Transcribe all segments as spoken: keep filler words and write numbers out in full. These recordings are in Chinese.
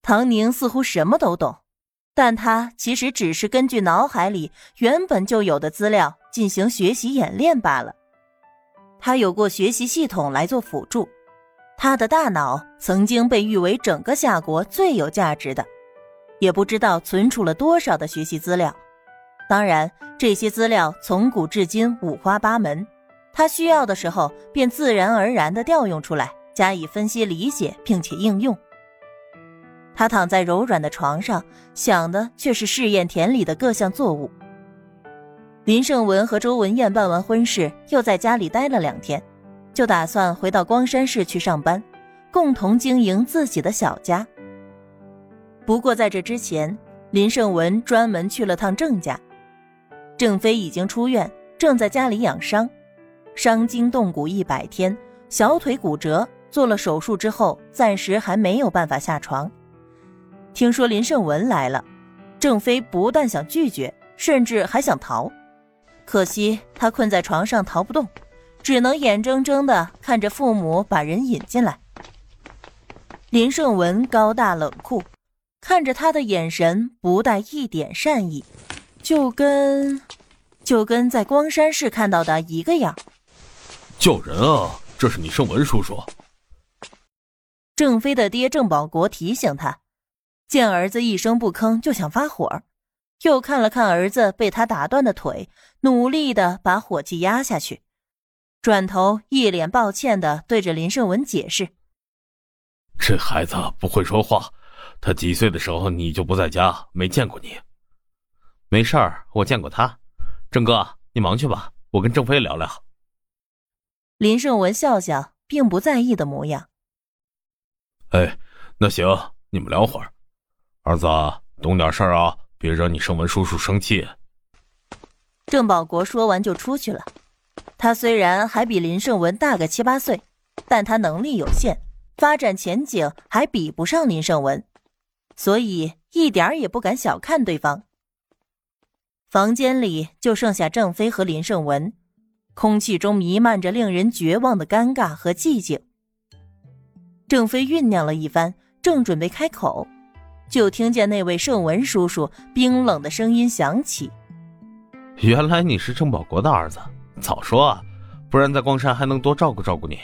唐宁似乎什么都懂，但他其实只是根据脑海里原本就有的资料进行学习演练罢了。他有过学习系统来做辅助，他的大脑曾经被誉为整个夏国最有价值的，也不知道存储了多少的学习资料。当然，这些资料从古至今五花八门，他需要的时候便自然而然地调用出来，加以分析理解并且应用。他躺在柔软的床上，想的却是试验田里的各项作物。林胜文和周文燕办完婚事，又在家里待了两天，就打算回到光山市去上班，共同经营自己的小家。不过在这之前，林胜文专门去了趟郑家。郑飞已经出院，正在家里养伤，伤筋动骨一百天，小腿骨折，做了手术之后，暂时还没有办法下床。听说林胜文来了，郑飞不但想拒绝，甚至还想逃。可惜他困在床上逃不动，只能眼睁睁地看着父母把人引进来。林胜文高大冷酷，看着他的眼神不带一点善意，就跟就跟在光山市看到的一个样。 叫人啊，这是你胜文叔叔。 郑飞的爹郑保国提醒他，见儿子一声不吭就想发火，又看了看儿子被他打断的腿，努力地把火气压下去，转头一脸抱歉地对着林胜文解释： 这孩子不会说话，他几岁的时候你就不在家，没见过你。没事儿，我见过他。郑哥，你忙去吧，我跟郑飞聊聊。 林胜文笑笑，并不在意的模样。 哎，那行，你们聊会儿。儿子，懂点事儿啊，别惹你胜文叔叔生气。 郑保国说完就出去了。他虽然还比林胜文大个七八岁，但他能力有限，发展前景还比不上林胜文，所以一点也不敢小看对方。房间里就剩下郑飞和林胜文，空气中弥漫着令人绝望的尴尬和寂静。郑飞酝酿了一番，正准备开口，就听见那位胜文叔叔冰冷的声音响起： 原来你是郑保国的儿子，早说啊，不然在光山还能多照顾照顾你。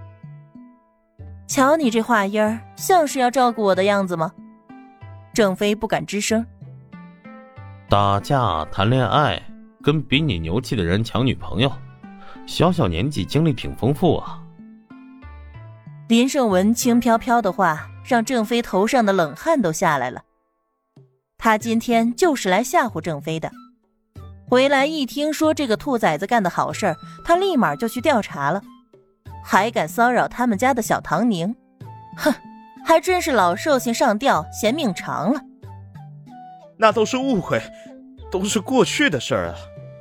瞧你这话音儿，像是要照顾我的样子吗？郑飞不敢吱声。 打架谈恋爱，跟比你牛气的人抢女朋友，小小年纪经历挺丰富啊。 林胜文轻飘飘的话让郑飞头上的冷汗都下来了。他今天就是来吓唬郑飞的，回来一听说这个兔崽子干的好事儿，他立马就去调查了，还敢骚扰他们家的小唐宁，哼，还真是老寿星上吊嫌命长了。 那都是误会，都是过去的事儿啊。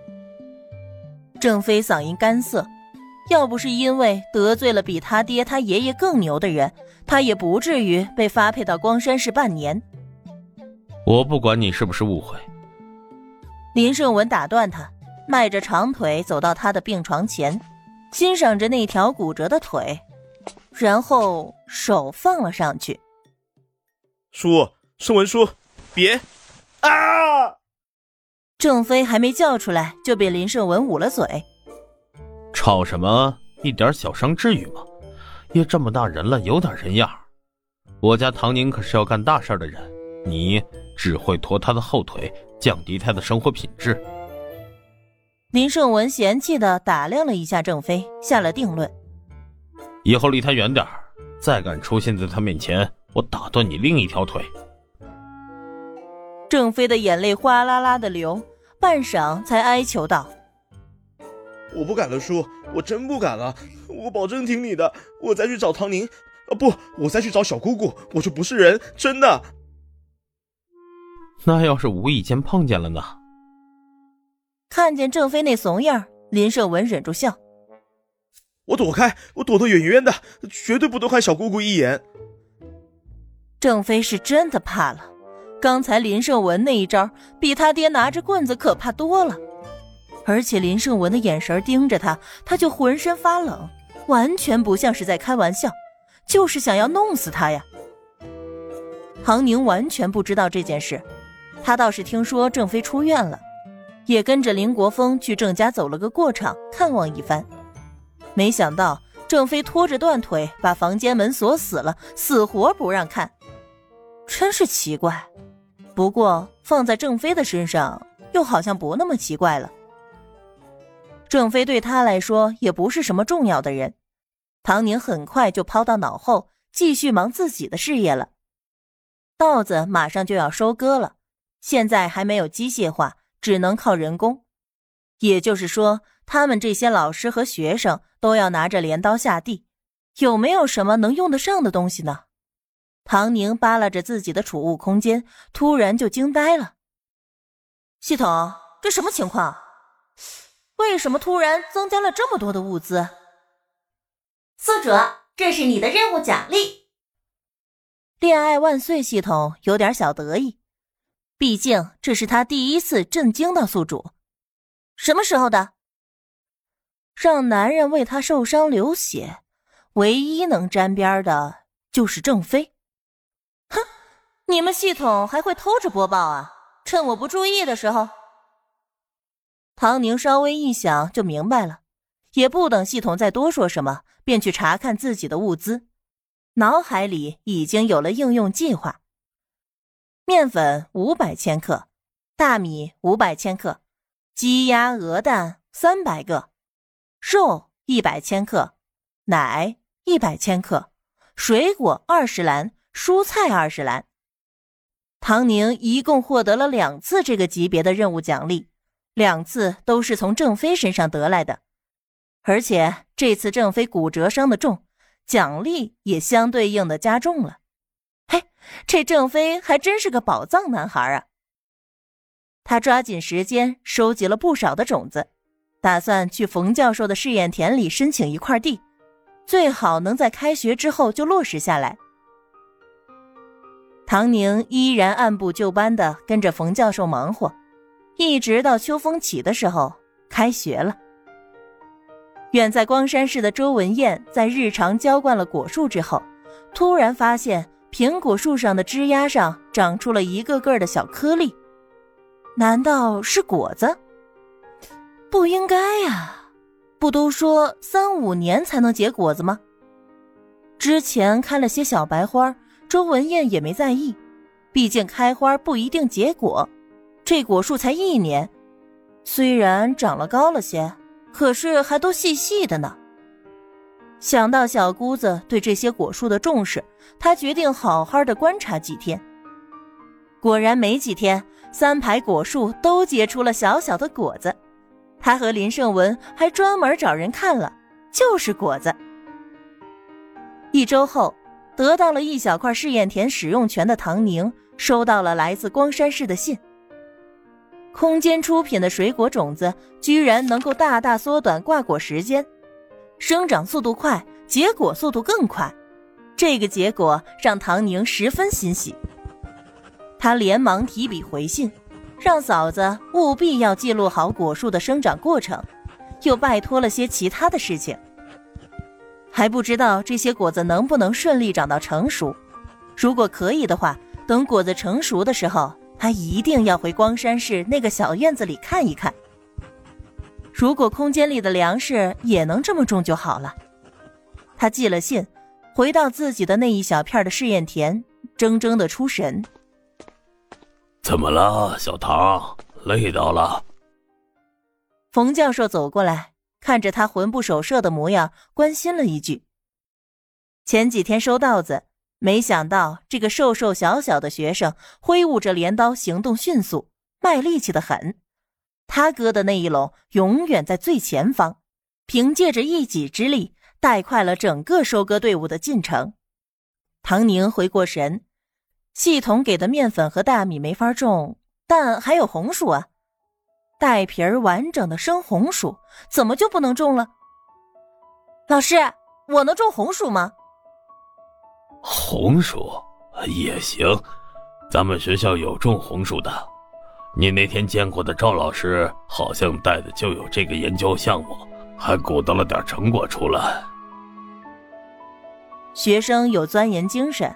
郑飞嗓音干涩，要不是因为得罪了比他爹他爷爷更牛的人，他也不至于被发配到光山市半年。 我不管你是不是误会。 林胜文打断他，迈着长腿走到他的病床前，欣赏着那条骨折的腿，然后手放了上去。 叔，胜文叔，别啊！ 郑飞还没叫出来，就被林胜文捂了嘴。 吵什么？一点小伤至于吗？也这么大人了，有点人样。我家唐宁可是要干大事的人，你只会拖他的后腿，降低他的生活品质。 林胜文嫌弃地打量了一下郑飞，下了定论： 以后离他远点，再敢出现在他面前，我打断你另一条腿。 郑飞的眼泪哗啦啦地流，半晌才哀求道： 我不敢了叔，我真不敢了，我保证听你的，我再去找唐宁，啊不，我再去找小姑姑，我就不是人，真的。 那要是无意间碰见了呢？ 看见郑飞那怂样，林胜文忍住笑： 我躲开，我躲得远远的，绝对不多看小姑姑一眼。 郑飞是真的怕了，刚才林胜文那一招比他爹拿着棍子可怕多了，而且林胜文的眼神盯着他，他就浑身发冷，完全不像是在开玩笑，就是想要弄死他呀。 唐宁完全不知道这件事，他倒是听说郑飞出院了，也跟着林国峰去郑家走了个过场，看望一番。没想到郑飞拖着断腿把房间门锁死了，死活不让看，真是奇怪。不过放在郑飞的身上又好像不那么奇怪了。郑飞对他来说也不是什么重要的人，唐宁很快就抛到脑后，继续忙自己的事业了。稻子马上就要收割了，现在还没有机械化，只能靠人工。也就是说，他们这些老师和学生都要拿着镰刀下地，有没有什么能用得上的东西呢？唐宁扒拉着自己的储物空间，突然就惊呆了。系统，这什么情况？为什么突然增加了这么多的物资？ 宿主，这是你的任务奖励。 恋爱万岁系统有点小得意，毕竟这是他第一次震惊到宿主。什么时候的？让男人为他受伤流血，唯一能沾边的就是郑飞。哼，你们系统还会偷着播报啊？趁我不注意的时候。唐宁稍微一想就明白了，也不等系统再多说什么，便去查看自己的物资，脑海里已经有了应用计划。面粉五百千克，大米五百千克，鸡鸭鹅蛋三百个，肉一百千克，奶一百千克，水果二十篮，蔬菜二十篮。唐宁一共获得了两次这个级别的任务奖励，两次都是从郑飞身上得来的，而且这次郑飞骨折伤得重，奖励也相对应的加重了。嘿，这郑飞还真是个宝藏男孩啊！他抓紧时间收集了不少的种子，打算去冯教授的试验田里申请一块地，最好能在开学之后就落实下来。唐宁依然按部就班地跟着冯教授忙活，一直到秋风起的时候，开学了。远在光山市的周文燕在日常浇灌了果树之后，突然发现苹果树上的枝丫上长出了一个个的小颗粒，难道是果子？不应该呀，不都说三五年才能结果子吗？之前开了些小白花，周文燕也没在意，毕竟开花不一定结果，这果树才一年，虽然长了高了些，可是还都细细的呢。想到小姑子对这些果树的重视，她决定好好的观察几天。果然没几天，三排果树都结出了小小的果子。她和林胜文还专门找人看了，就是果子。一周后，得到了一小块试验田使用权的唐宁收到了来自光山市的信。空间出品的水果种子居然能够大大缩短挂果时间，生长速度快，结果速度更快。这个结果让唐宁十分欣喜，他连忙提笔回信，让嫂子务必要记录好果树的生长过程，又拜托了些其他的事情。还不知道这些果子能不能顺利长到成熟，如果可以的话，等果子成熟的时候，他一定要回光山市那个小院子里看一看。如果空间里的粮食也能这么种就好了。他寄了信，回到自己的那一小片的试验田，怔怔的出神。 怎么了，小唐？累到了？ 冯教授走过来，看着他魂不守舍的模样，关心了一句。前几天收稻子，没想到这个瘦瘦小小的学生挥舞着镰刀，行动迅速，卖力气得很。他割的那一垄永远在最前方，凭借着一己之力带快了整个收割队伍的进程。唐宁回过神，系统给的面粉和大米没法种，但还有红薯啊，带皮儿完整的生红薯怎么就不能种了？老师，我能种红薯吗？ 红薯也行，咱们学校有种红薯的，你那天见过的赵老师好像带的就有这个研究项目，还鼓捣了点成果出来。 学生有钻研精神，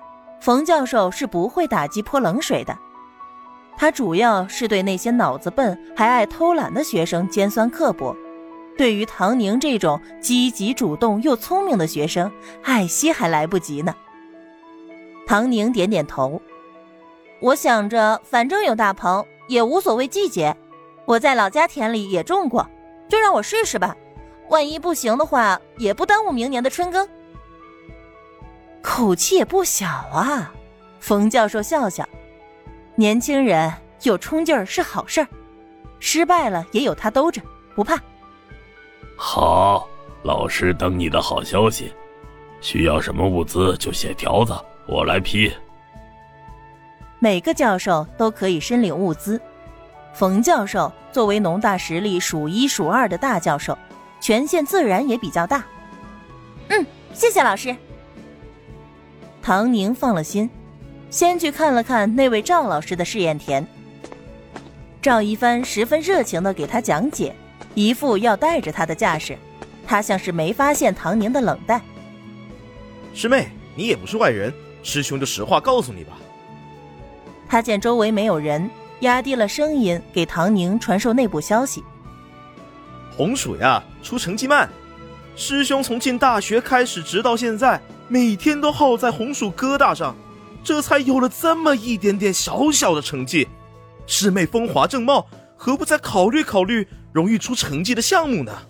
冯教授是不会打鸡泼冷水的，他主要是对那些脑子笨还爱偷懒的学生尖酸刻薄，对于唐宁这种积极主动又聪明的学生，爱惜还来不及呢。唐宁点点头，我想着反正有大棚，也无所谓季节，我在老家田里也种过，就让我试试吧，万一不行的话，也不耽误明年的春耕。口气也不小啊，冯教授笑笑，年轻人有冲劲儿是好事儿，失败了也有他兜着，不怕。 好，老师等你的好消息，需要什么物资就写条子，我来批。 每个教授都可以申领物资，冯教授作为农大实力数一数二的大教授，权限自然也比较大。 嗯，谢谢老师。 唐宁放了心，先去看了看那位赵老师的试验田。赵一帆十分热情地给他讲解，一副要带着他的架势，他像是没发现唐宁的冷淡。 师妹，你也不是外人，师兄就实话告诉你吧。 他见周围没有人，压低了声音给唐宁传授内部消息。 红薯呀，出成绩慢，师兄从进大学开始直到现在，每天都耗在红薯疙瘩上，这才有了这么一点点小小的成绩。师妹风华正茂，何不再考虑考虑容易出成绩的项目呢？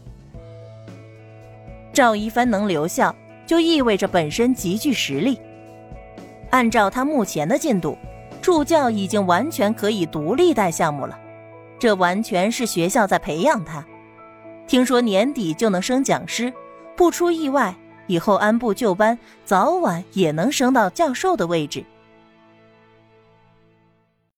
赵一帆能留校，就意味着本身极具实力。按照他目前的进度，助教已经完全可以独立带项目了，这完全是学校在培养他。听说年底就能升讲师，不出意外，以后按部就班，早晚也能升到教授的位置。